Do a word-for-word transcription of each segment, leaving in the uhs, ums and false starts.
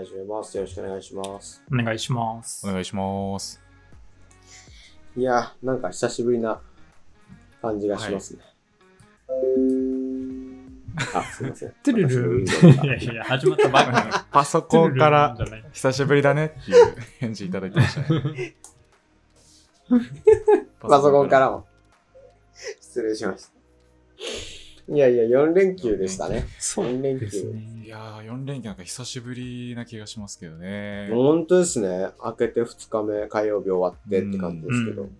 始めます。よろしくお願いします。 お願いします。 お願いします。 いや、なんか久しぶりな感じがしますね。はい、あ、すいません。 トゥルルー。いやいや、始まったばっかり。 パソコンから久しぶりだねっていう返事いただいてましたね。 パソコンからも。失礼しました。いやいや、よん連休でしたね。 そうですね。 いやー、よん連休なんか久しぶりな気がしますけどね。 本当ですね。明けてふつかめ、火曜日終わってって感じですけど。うん、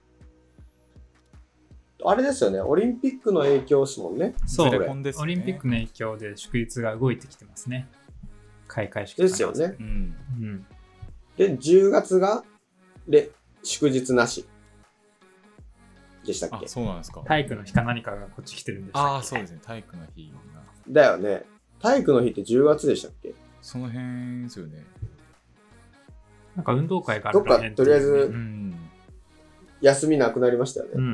あれですよね。オリンピックの影響ですもんね。 そう、 ね、 オリンピックの影響で祝日が動いてきてますね。開会式ですよね。 うんうん、 で、じゅうがつがで祝日なしでしたっけ？ あ、そうなんですか。 体育の日か何かがこっち来てるんでしたっけ？ ああ、そうですね。体育の日だよね。体育の日ってじゅうがつでしたっけ？ その辺ですよね。 なんか運動会があるらへん、ね、どっかとりあえず、 うん、 休みなくなりましたよね。 うん、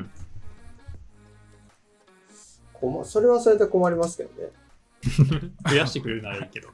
こま、それはそれで困りますけどね。 増やしてくれるならいいけどって。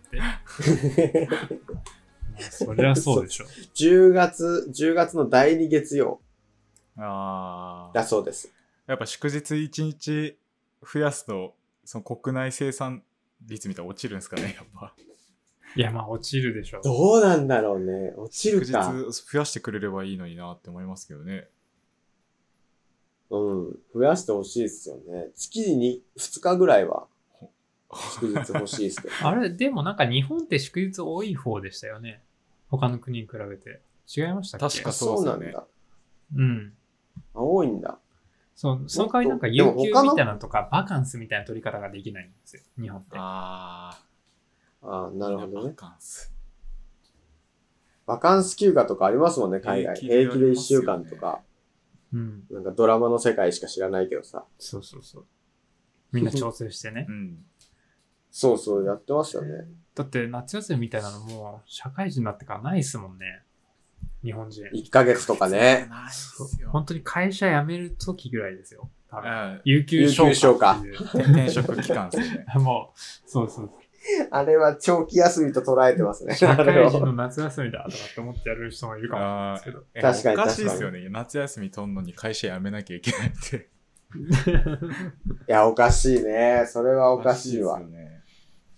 そりゃそうでしょ。 じゅうがつ、じゅうがつのだいに月曜。 あだそうです。 やっぱ祝日いちにち増やすと、その国内生産率みたいな落ちるんですかね、やっぱ。 いや、まあ落ちるでしょう。 どうなんだろうね。落ちるか。 祝日増やしてくれればいいのになって思いますけどね。 うん。増やしてほしいですよね。月にふつかぐらいは祝日欲しいですけど、ね。 あれ、でもなんか日本って祝日多い方でしたよね。他の国に比べて。違いましたっけ？ 確かそうですよね。 そうなんだ。 うん。 多いんだ。 そう、その代わりなんか有給みたいなのとか、バカンスみたいな取り方ができないんですよ、日本って。 ああ、なるほどね。 バカンス。 バカンス休暇とかありますもんね、海外。平気で、平気でいっしゅうかんとか。 うん。 なんかドラマの世界しか知らないけどさ。 そうそうそう。みんな調整してね。 うん。 そうそう、やってますよね。 だって夏休みみたいなのも社会人になってからないですもんね。日本人。 いっかげつとかね。 本当に会社辞める時ぐらいですよ。多分。 有給消化っていう。 転職期間ですね。 もう、そうそう。 あれは長期休みと捉えてますね。 社会人の夏休みだとかって思ってやる人もいるかもしれないですけど。 確かに確かに。 おかしいですよね。夏休み取んのに会社辞めなきゃいけないって。 いや、おかしいね。それはおかしいわ。 おかしいですよね。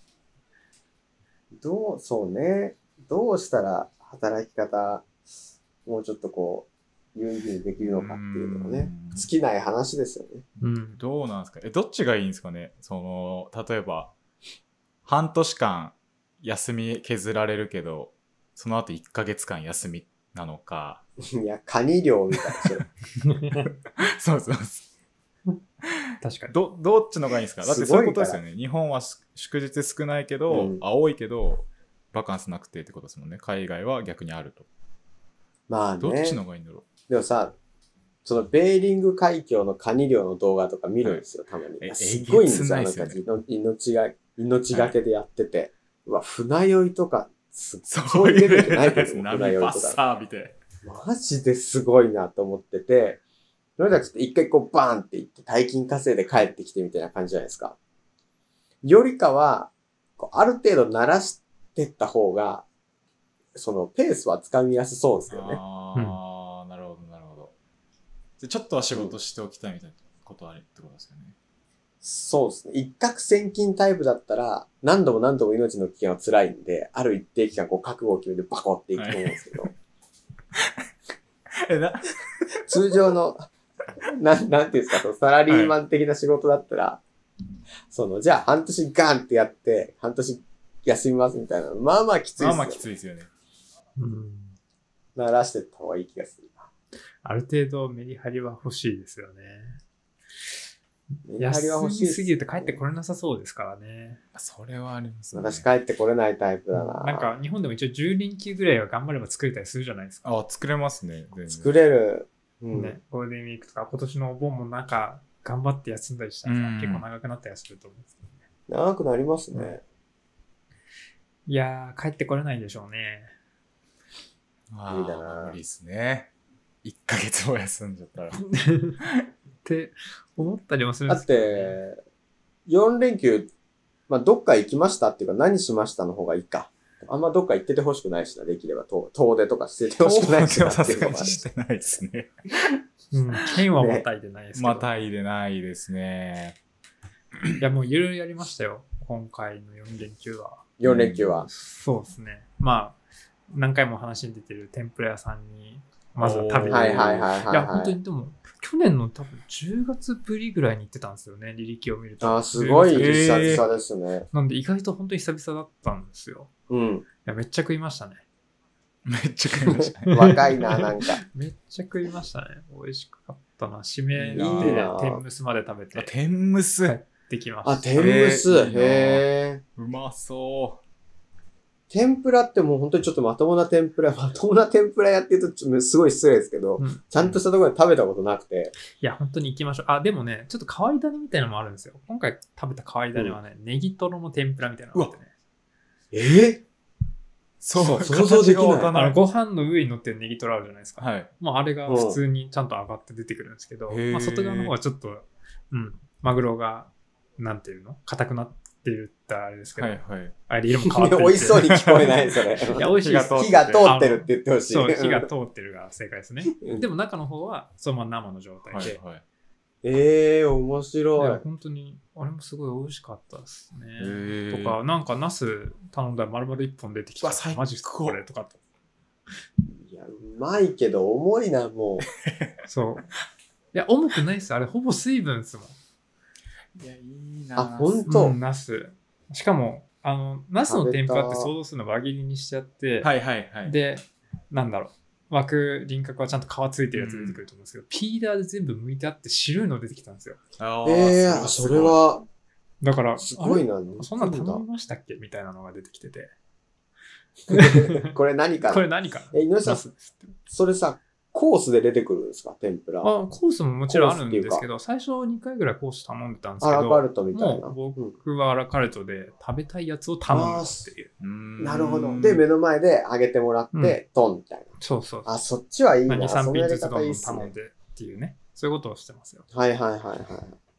どう、そうね。どうしたら働き方、もうちょっとこう、有意義にできるのかっていうのもね、尽きない話ですよね。 うん。 どうなんですか？え、どっちがいいんですかね？その、例えば、半年間休み削られるけど、その後いっかげつかん休みなのか。 いや、カニ漁みたいな。 そうそうそう。 確かに。 ど、どっちのがいいんですか？だってそういうことですよね。日本は祝日少ないけど、うん、あ、多いけど、バカンスなくてってことですもんね。海外は逆にあると。 まあね。 どっちのがいいんだろう。 でもさ、そのベーリング海峡のカニ漁の動画とか見るんですよ、はい、たまに。すごいんですよ、あの人たち。命が、命がけでやってて。はい、うわ、船酔いとか、すっごいレベルじゃないけど、船酔いとか。マジですごいなと思ってて、それだけ一回こうバーンって言って大金稼いで帰ってきてみたいな感じじゃないですか。よりかは、ある程度慣らしてった方が、そのペースはつかみやすそうですよね。 ああ、うん、なるほど、なるほど。ちょっとは仕事しておきたいみたいなことあるってことですよね。 そうですね。一攫千金タイプだったら、何度も何度も命の危険は辛いんで、ある一定期間こう覚悟を決めてバコっていくと思うんですけど。はい、 えな通常の、なん、なんていうんですか、そのサラリーマン的な仕事だったら、はい、その、じゃあ半年ガンってやって、半年休みますみたいなの、まあまあきついですよね。 まあまあきついですよね。 うん。 慣らしてった方がいい気がするな。 ある程度メリハリは欲しいですよね。 メリハリは欲しいです、ね。 休みすぎると帰ってこれなさそうですからね。 それはありますね。 私帰ってこれないタイプだな。 なんか日本でも一応じゅう連休ぐらいは頑張れば作れたりするじゃないですか。 あ、作れますね。 作れる。うん、 ね、ゴールデンウィークとか今年のお盆もなんか頑張って休んだりしたら、うん、結構長くなったりすると思うんですけどね。 長くなりますね。 いやー、帰ってこれないでしょうね。 あ無理だな。無理ですね。いっかげつも休んじゃったら。 って思ったりもするんですけど、ね。 だって、よん連休、まあ、どっか行きましたっていうか何しましたの方がいいか。 あんまどっか行っててほしくないしな、できれば遠遠出とかしててほしくないしなさっていうのもあるすがにしてないですね。 うん。県はまたいでないですけど。 またいでないですね。 いや、もういろいろやりましたよ。今回のよん連休は。 よん連休は。 そうですね。まあ、何回も話に出てる天ぷら屋さんに、まずは食べて。 はいはいはいはい。 いや、本当にでも、去年の多分じゅうがつぶりぐらいに行ってたんですよね、履歴を見ると。 あー、すごいじゅうがつ久々ですね。 なんで意外と本当に久々だったんですよ。 うん。 いや、めっちゃ食いましたね。 めっちゃ食いましたね。 若いな、なんか。 めっちゃ食いましたね。美味しかったな。締めいいでな天むすまで食べてあ、天むす。 できました。 あ、天むす。 えーいいなへー。 うまそ天ぷらってもう本当にちょっとまともな天ぷら、まともな天ぷらやっていうとちょっとすごい失礼ですけど、 うんちゃんとしたところで食べたことなくて。 いや、本当に行きましょう。あ、でもね、ちょっと変わり種みたいなのもあるんですよ。今回食べた変わり種はね、ネギトロの天ぷらみたいなのがあってね。 えー、 そう。 そう想像できない形がわかんあのご飯の上に乗ってるネギトロあるじゃないですか。 はい。 もうあれが普通にちゃんと上がって出てくるんですけど、 へーまあ、外側の方はちょっと、うん、マグロが、なんていうの硬くなってるってあれですけど、 はいはい。 あれ色も変わってる美味しそうに聞こえない、それ。 いや、美味しいです。 火が通ってるって言ってほしい。 そう、火が通ってるが正解ですね。 うんでも中の方はそのまま生の状態はいで、 はい。 ええー、面い白いや。本当に、あれもすごい美味しかったですね。 へーとか、なんかナス頼んだら丸々一本出てきたうわ最。高マジっすかこれとかと。 いや、うまいけど重いな、もそう。いや、重くないです。あれほぼ水分ですもん。 いや、いいう。 なあ、ほんと、 うん、ナス。しかも、あの、ナスの天ぷらって想像するの輪切りにしちゃって、 はいはいはい。 で、なんだろう。枠、輪郭はちゃんと皮ついてるやつ出てくると思うんですけど、ピーラーで全部剥いてあって白いの出てきたんですよ。 あーええー、それ、は、 だから、 すごいな。 あれそんなん頼みましたっけみたいなのが出てきてて。 これ何かこれ何かえ、井上さん、 ナスですって。 それさ、コースで出てくるんですか、天ぷら。 あ、コースももちろんあるんですけど、最初にかいぐらいコース頼んでたんですけど、 アラカルトみたいな。 もううん僕はアラカルトで食べたいやつを頼むっていう。 うーんなるほど。で、目の前で揚げてもらって、トンみたいな。 そうそう。 あ、そっちはいいな。 に、さんそのやり品ずつどんどん方いいっすね。 頼んでっていうね。そういうことをしてますよ。 はいはいはいはい。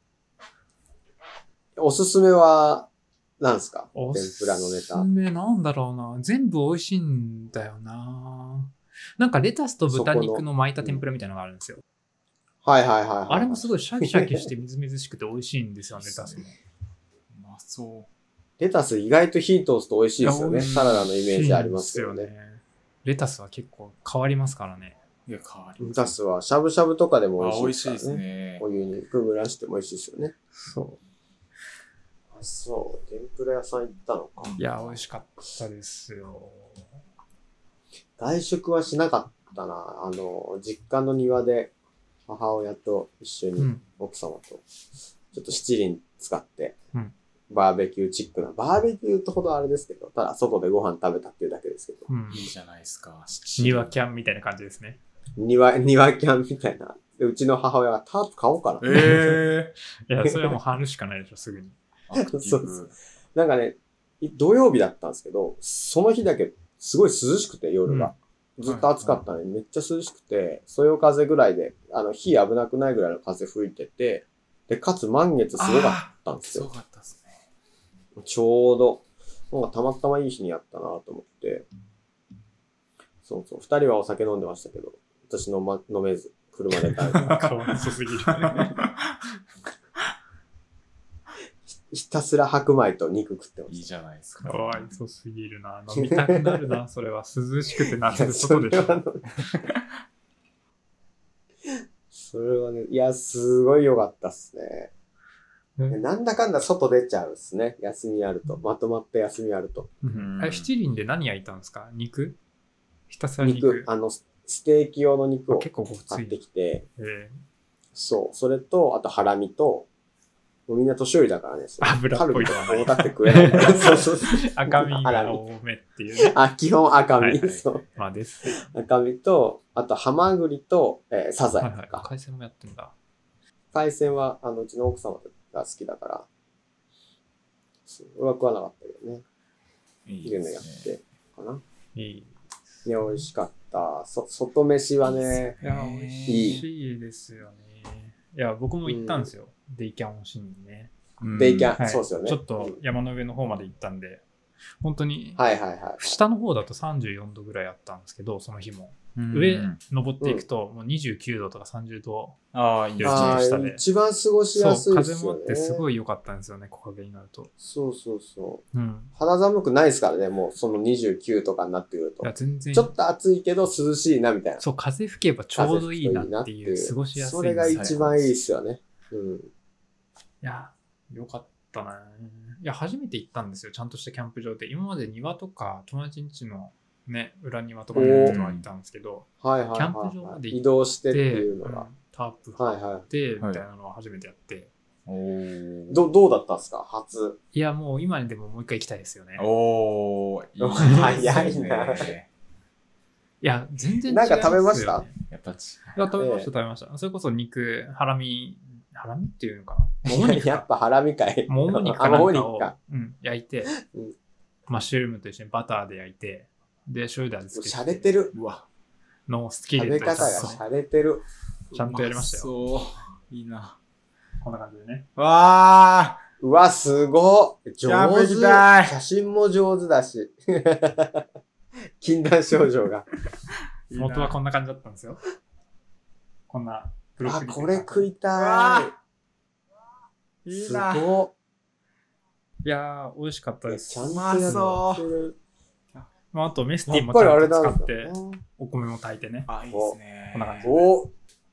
おすすめは、何すかお天ぷらのネすタす。めなんだろうな。全部美味しいんだよな。なんかレタスと豚肉の巻いた天ぷらみたいなのがあるんですよ。 はいはいはいはい。 あれもすごいシャキシャキしてみずみずしくて美味しいんですよ、レタスも。 うまそレタス意外と火通すと美味しいですよね。 いやサラダのイメージありますよね。 美味しいんですよね。レタスは結構変わりますからね。 う。いや、変わりレます。 タスはしゃぶしゃぶとかでもあ、 美美味しいです味しいですからね。 ね。 お湯にくぐらしても美味しいですよね。 そあ、そう。天ぷら屋さん行ったのか。 う。いや、美味しかったですよ。 外食はしなかったな。あの、実家の庭で母親と一緒にうん。 奥様と、ちょっと七輪使って、 うんバーベキューチックな、バーベキューとほどあれですけど、ただ外でご飯食べたっていうだけですけど、 うん。 いいじゃないですか。 庭キャンみたいな感じですね。 庭、庭キャンみたいな。でうちの母親がタープ買おうかな。 えいや、それはもう貼るしかないでしょ、すぐに。 ー、アクティブそうそうなんかね、い土曜日だったんですけど、その日だけすごい涼しくて夜が。ずっと暑かったのにめっちゃ涼しくて、そよ風ぐらいで、あの、火危なくないぐらいの風吹いてて、で、かつ満月すごかったんですよ。 すごかったですね。 ちょうど、なんかたまたまいい日にやったなと思って、そうそう、二人はお酒飲んでましたけど、私飲ま、飲めず、車で帰る。 かわいそすぎる。 ひたすら白米と肉食ってましいいじゃないですか。 かわいそすぎるな。飲みたくなるな、それは。涼しくてた。 夏で外でしょ。 それはそれはね、いや、すごい良かったっすね。 うんなんだかんだ外出ちゃうっすね。休みあると。まとまった休みあると。 あれ、七輪で何焼いたんですか？肉？ひたすら肉。 肉、あの、ステーキ用の肉を結構ごつい買って。きて、 えそう、それと、あとハラミと、もうみんな年寄りだからね。それ油っぽいカルビとか重たくて食えないから。そうそうそう。 ー赤身が多めっていうね。 あ、基本赤身。 はいはいそう。 まあです。 赤身と、あとハマグリと、えーサザエはいはい。 とか。 海鮮もやってんだ。 海鮮は、あの、うちの奥様が好きだから、そう俺は食わなかったけどね。 いっていうのやって、かな。 いい。 いや、美味しかった。そ、外飯はね、 いや、美味しいですよね。いや、僕も行ったんですよ。デイキャンをしにね。 うんデイキャン、 はいそうですよね。 ちょっと山の上の方まで行ったんで、 本当に、 はいはいはい。 下の方だとさんじゅうよんどぐらいあったんですけど、その日も。 うん上登っていくと、もうにじゅうきゅうどとかさんじゅうど。 ああ、いいですあね。 下であ、一番過ごしやすそう、 いですよね。 風もあってすごい良かったんですよね、木陰になると。 そうそうそう。 うん。 肌寒くないですからね、もうそのにじゅうきゅうとかになってくるといや、。全然。 ちょっと暑いけど涼しいなみたいな。 そう、風吹けばちょうどいいなっていう、過ごしやすい。 それが一番いいですよね。うん。 いや、よかったな。いや、初めて行ったんですよ、ちゃんとしたキャンプ場で。今まで庭とか、友達ん家のね、裏庭とかに行ったんですけど、 はいはいはい、はい。 キャンプ場まで行って移動してっていうのうんが。 タープ張って、 はいみたいなのを初めてやって。 おーど、どうだったんですか初。 いや、もう今にでももう一回行きたいですよね。 おー、いいですね。 早いな。 いや、全然違いますよ、ね。 なんか食べました？ やっぱち、 いや、食べました、食べました。それこそ肉、ハラミ、ハラミっていうのかな。もも肉か。 やっぱハラミかい。 もも肉かあ、 なんかをもも肉か。 うん、焼いて、 うんマッシュルームと一緒にバターで焼いて、で、醤油で味付けしゃれてる。 うわ、 のスキ食べレット方がしゃれてる。 ちゃんとやりましたよ。 そう。いいな。 こんな感じでね。 わうわ、すごっ。 キャンプ上手。 行きたい写真も上手だし。禁断症状が。 ー。 元はこんな感じだったんですよ。こんなブロッあ、 クリーこれ食いたわい。すいいな。 ごっ。 いやー、美味しかったです。 ちゃんとうまやそってる。 まあ、あとメスティやっぱりあンもちゃんとれなん使って、 ですよ。 お米も炊いてね。 あ、いいですね。 こんな感じお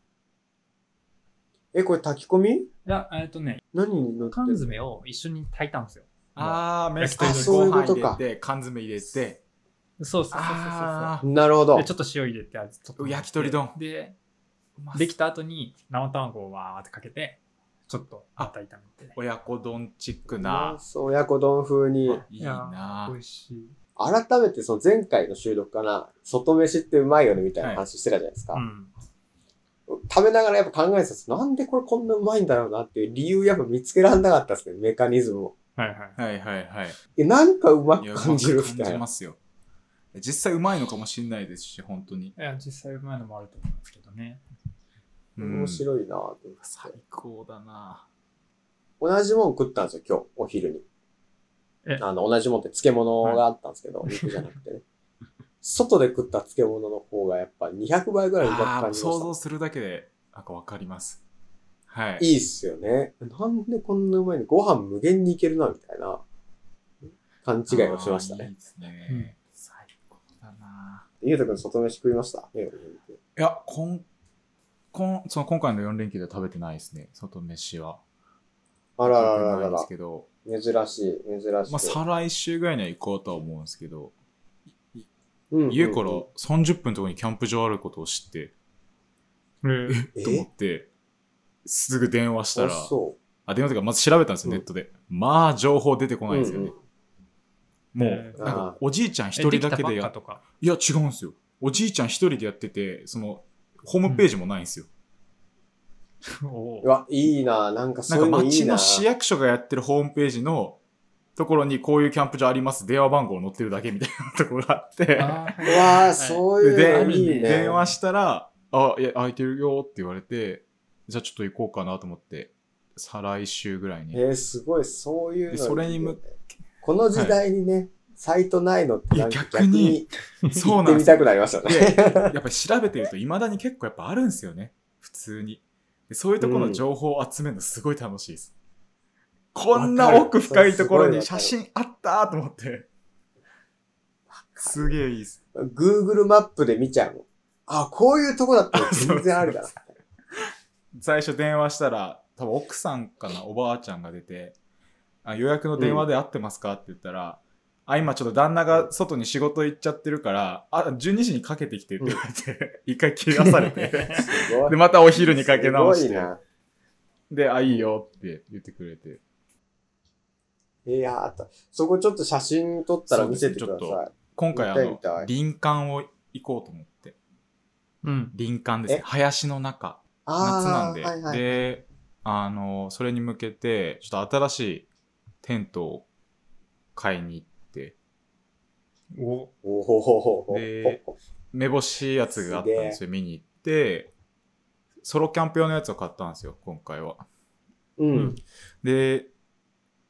え、これ炊き込みいや、えっとね、 何に乗って缶る詰を一緒に炊いたんですよ。 あー、メステあにご飯そういうことか入れて、缶詰入れて、 そうそうそうそうそうあなるほどで、。ちょっと塩入れて、味ちょっと。 焼き鳥丼で、 ーできた後に生卵をわーってかけて、ちょっとまた炒めて。 親子丼チックうなま。そう、親子丼風に。 いいな。 美味しい。 改めてその前回の収録かな、外飯ってうまいよねみたいな話してたじゃないですか。 うん。 食べながらやっぱ考えてたんです。なんでこれこんなうまいんだろうなっていう理由やっぱ見つけられなかったですね、メカニズムを。 はいはい。 はいはいはい。 え、なんかうまいや、 く感じるうまく感みたいな。 じますよ。実際うまいのかもしれないですし、本当に。 いや、実際うまいのもあると思うんですけどね。 うん面白いなぁと思って。 最高だな。 同じもん食ったんですよ、今日、お昼に。 えあの、同じもんって漬物があったんですけど、肉じゃなくてね。外で食った漬物の方がやっぱにひゃくばいぐらいうまくああ、 感じまし想像するだけで、なんかわかります。はい。 た。いいっすよね。なんでこんなうまいのご飯無限にいけるな、みたいな勘違いをしましたね。 あーいいですね。 うん最高だな。 ゆうとくん外飯食いましたいいや、こん、こん、その今回のよん連休で食べてないですね、外飯は。 あらら食べてないんでらららすけど、 珍しい、珍しい。 まあ、再来週ぐらいには行こうとは思うんですけど、 うんうんうん家からさんじゅっぷんのところにキャンプ場あることを知って、 ええと思って、すぐ電話したら、 あそあ、電話というか、まず調べたんですよ、 うんネットで。まあ、情報出てこないんですよね。もえう、なんか、おじいちゃん一人だけでやっとか。 いや、違うんですよ。おじいちゃん一人でやってて、その、ホームページもないんですよ。 おう。うわ、いいななんかなんかそういうのいいな町の市役所がやってるホームページのところにこういうキャンプ場あります、電話番号載ってるだけみたいなところがあって、 あーうわそういうでのいいね。 電話したら、あ、いや、空いてるよって言われて、じゃあちょっと行こうかなと思って、再来週ぐらいに。 えー、すごい、そういうのいいよね。 でそれにむこの時代にね、サイトないのってなんかいや逆にそう行ってみなんですよたくなりましたで、 ね。 やっぱり調べてると未だに結構やっぱあるんですよね。普通に。でそういうところの情報を集めるのすごい楽しいです。こんな奥深いところに写真あったーと思って。すげえいいです。 Google マップで見ちゃうの。あ、こういうとこだったら全然あるだな。 最初電話したら、多分奥さんかな、おばあちゃんが出て、あ予約の電話で合ってますかって言ったら、あ、今ちょっと旦那が外に仕事行っちゃってるから、あ、じゅうにじにかけてきてって言われて、一回切らされて、 すごいで、またお昼にかけ直して、 すごいな。 で、あ、いいよって言ってくれて。 いやーと、そこちょっと写真撮ったら見せてくだそうですねちょさい。 今回あの見たい見たい、 林間を行こうと思って。 うん。 林間ですねえ。 林の中。 あー夏なんで。 はいはい、 で、あの、それに向けて、ちょっと新しいテントを買いに行って、 おおほほほほで目星やつがあったんですよ。見に行って、ソロキャンプ用のやつを買ったんですよ、今回は。 うん。 うんで、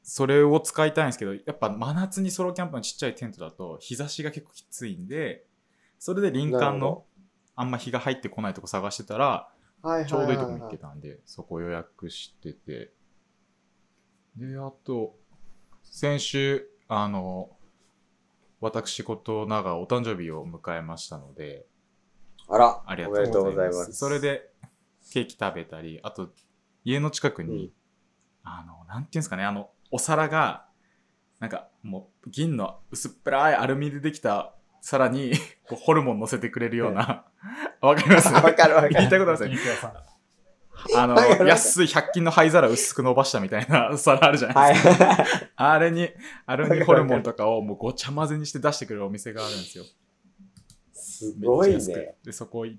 それを使いたいんですけど、やっぱ真夏にソロキャンプのちっちゃいテントだと日差しが結構きついんで、それで林間のあんま日が入ってこないとこ探してたら、ちょうどいいとこ見つけたんで、そこ予約してて。で、あと、先週、あの、私事ながらお誕生日を迎えましたので、 あら、 ありがとうございます。 おめでとうございます。 それで、ケーキ食べたり、あと、家の近くに、 うん、 あの、なんていうんですかね、あの、お皿が、なんか、もう、銀の薄っぺらいアルミでできた皿に、こうホルモン乗せてくれるような、わかります？ わかるわかる。 聞いたことありますね。あの、安いひゃく均の灰皿薄く伸ばしたみたいな皿あるじゃないですか。はい、あれに、あれにホルモンとかをもうごちゃ混ぜにして出してくれるお店があるんですよ。 すごいね。 で、そこ行って、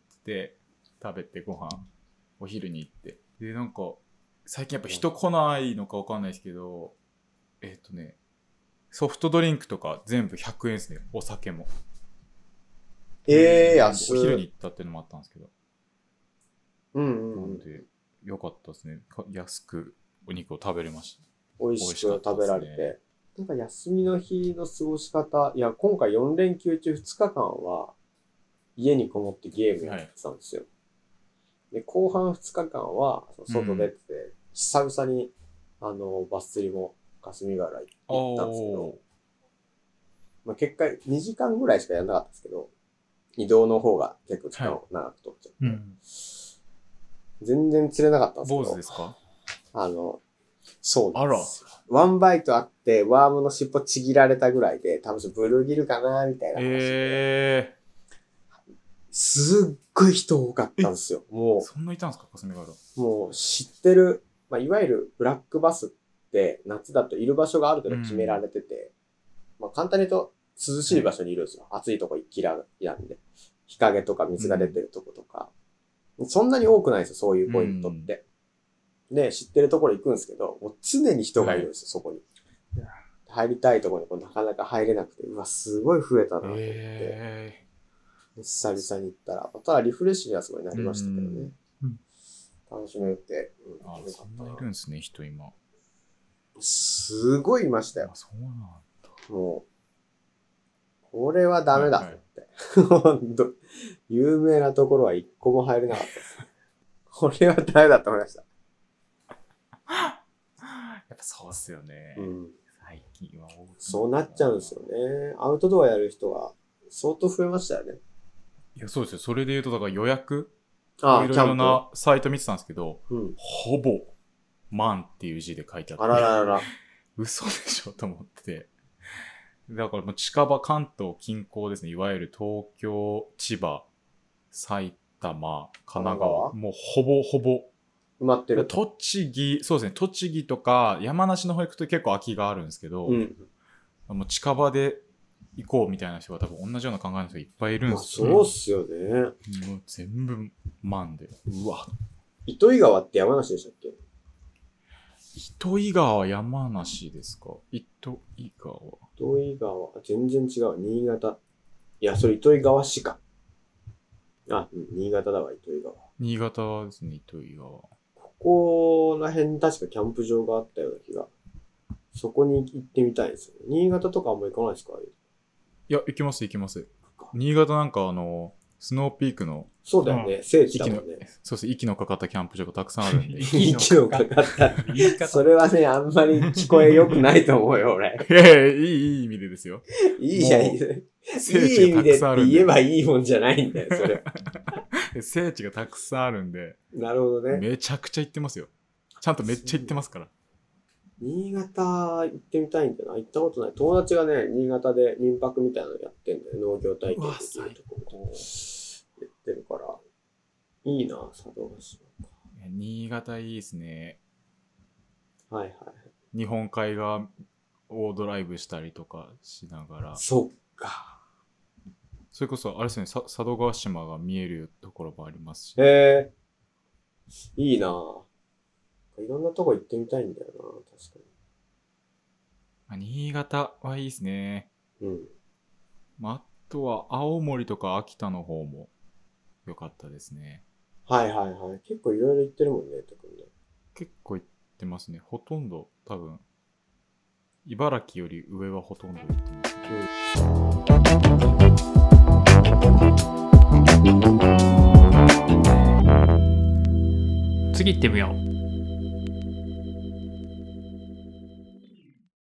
食べてご飯、お昼に行って。で、なんか、最近やっぱ人来ないのかわかんないですけど、えっとね、ソフトドリンクとか全部ひゃくえんですね、お酒も。 ええー、安い。 お昼に行ったっていうのもあったんですけど。 うんうん、うん。 なんで、よかったですね。安くお肉を食べれました。 美味しく食べられて。ね、なんか休みの日の過ごし方、いや、今回よん連休中ふつかかんは、家にこもってゲームやってたんですよ。はい、で、後半ふつかかんは、外出てて、うん、久々に、あの、バス釣りも霞ヶ浦行ったんですけど、まあ、結果にじかんぐらいしかやらなかったんですけど、移動の方が結構時間を長く取っちゃって、はい、うん、全然釣れなかったんですけど。 坊主ですか？ あの、そうなんですよ。ワンバイトあって、ワームの尻尾ちぎられたぐらいで、多分ブルーギルかなみたいな話で。えーすっごい人多かったんですよ。もう。 そんないたんですか、霞ヶ浦。 もう知ってる、まあ、いわゆるブラックバスって夏だといる場所がある程度決められてて、うん、まあ簡単に言うと涼しい場所にいるんですよ。はい、暑いとこ嫌いんで。日陰とか水が出てるとことか。うん、そんなに多くないんですよ、そういうポイントって。うん、で、知ってるところ行くんですけど、もう常に人がいるんですよ、そこに。入りたいところにこうなかなか入れなくて、うわ、すごい増えたなと思って。えー久々に行ったら、ただリフレッシュにはすごいなりましたけどね。うん、楽しめて、 うん。あ、そんないるんですね、人今。 すごいいましたよ。 あ、そうなんだ。 もう、これはダメだと思って。本当有名なところは一個も入れなかったです。これはダメだと思いました。 やっぱそうっすよね。うん、最近は多くそうなっちゃうんですよね。アウトドアやる人が相当増えましたよね。 いや、そうですよ。それで言うと、だから予約、ああいろいろなサイト見てたんですけど、うん、ほぼ、万っていう字で書いてあって。 あらららら。 嘘でしょと思ってて。だからもう近場、関東近郊ですね。いわゆる東京、千葉、埼玉、神奈川。もうほぼほぼ。 埋まってる。 栃木、そうですね。栃木とか山梨の方行くと結構空きがあるんですけど、うん、もう近場で、行こうみたいな人が多分同じような考えの人がいっぱいいるんですよ、ね。まあ、そうっすよね。 もう全部万で。うわ。 糸魚川って山梨でしたっけ？ 糸魚川は山梨ですか？糸魚川。 糸魚川、全然違う。新潟。いや、それ糸魚川市か。あ、新潟だわ、糸魚川。 新潟ですね、糸魚川。 ここら辺に確かキャンプ場があったような気が。そこに行ってみたいですよね。新潟とかあんま行かないですか？ いや、行きます行きます。新潟なんかあの、スノーピークの。 そうだよね。聖地だもんね。 そうです。息のかかったキャンプ場がたくさんあるんで。 息のかかった。それはね、あんまり聞こえ良くないと思うよ、俺。 いやいや、いい、いい意味でですよ。 いいじゃん、いい。いい意味でって言えばいいもんじゃないんだよ、それ。 聖地がたくさんあるんで。 なるほどね。 めちゃくちゃ行ってますよ。ちゃんとめっちゃ行ってますから。 新潟行ってみたいんだな。行ったことない。友達がね、新潟で民泊みたいなのやってんだよ。農業体験できるとこやってるから。いいな、佐渡島か。 新潟いいですね。 はいはい。 日本海側をドライブしたりとかしながら。 そっか。 それこそ、あれですね、佐渡島が見えるところもありますし。 へえ。いいな。いろんなとこ行ってみたいんだよな、確かに。 まあ、新潟はいいですね。 うん。 まあ、あとは青森とか秋田の方も良かったですね。 はいはいはい。結構いろいろ行ってるもんね、特にね。 結構行ってますね。ほとんど多分茨城より上はほとんど行ってますね。 次行ってみよう。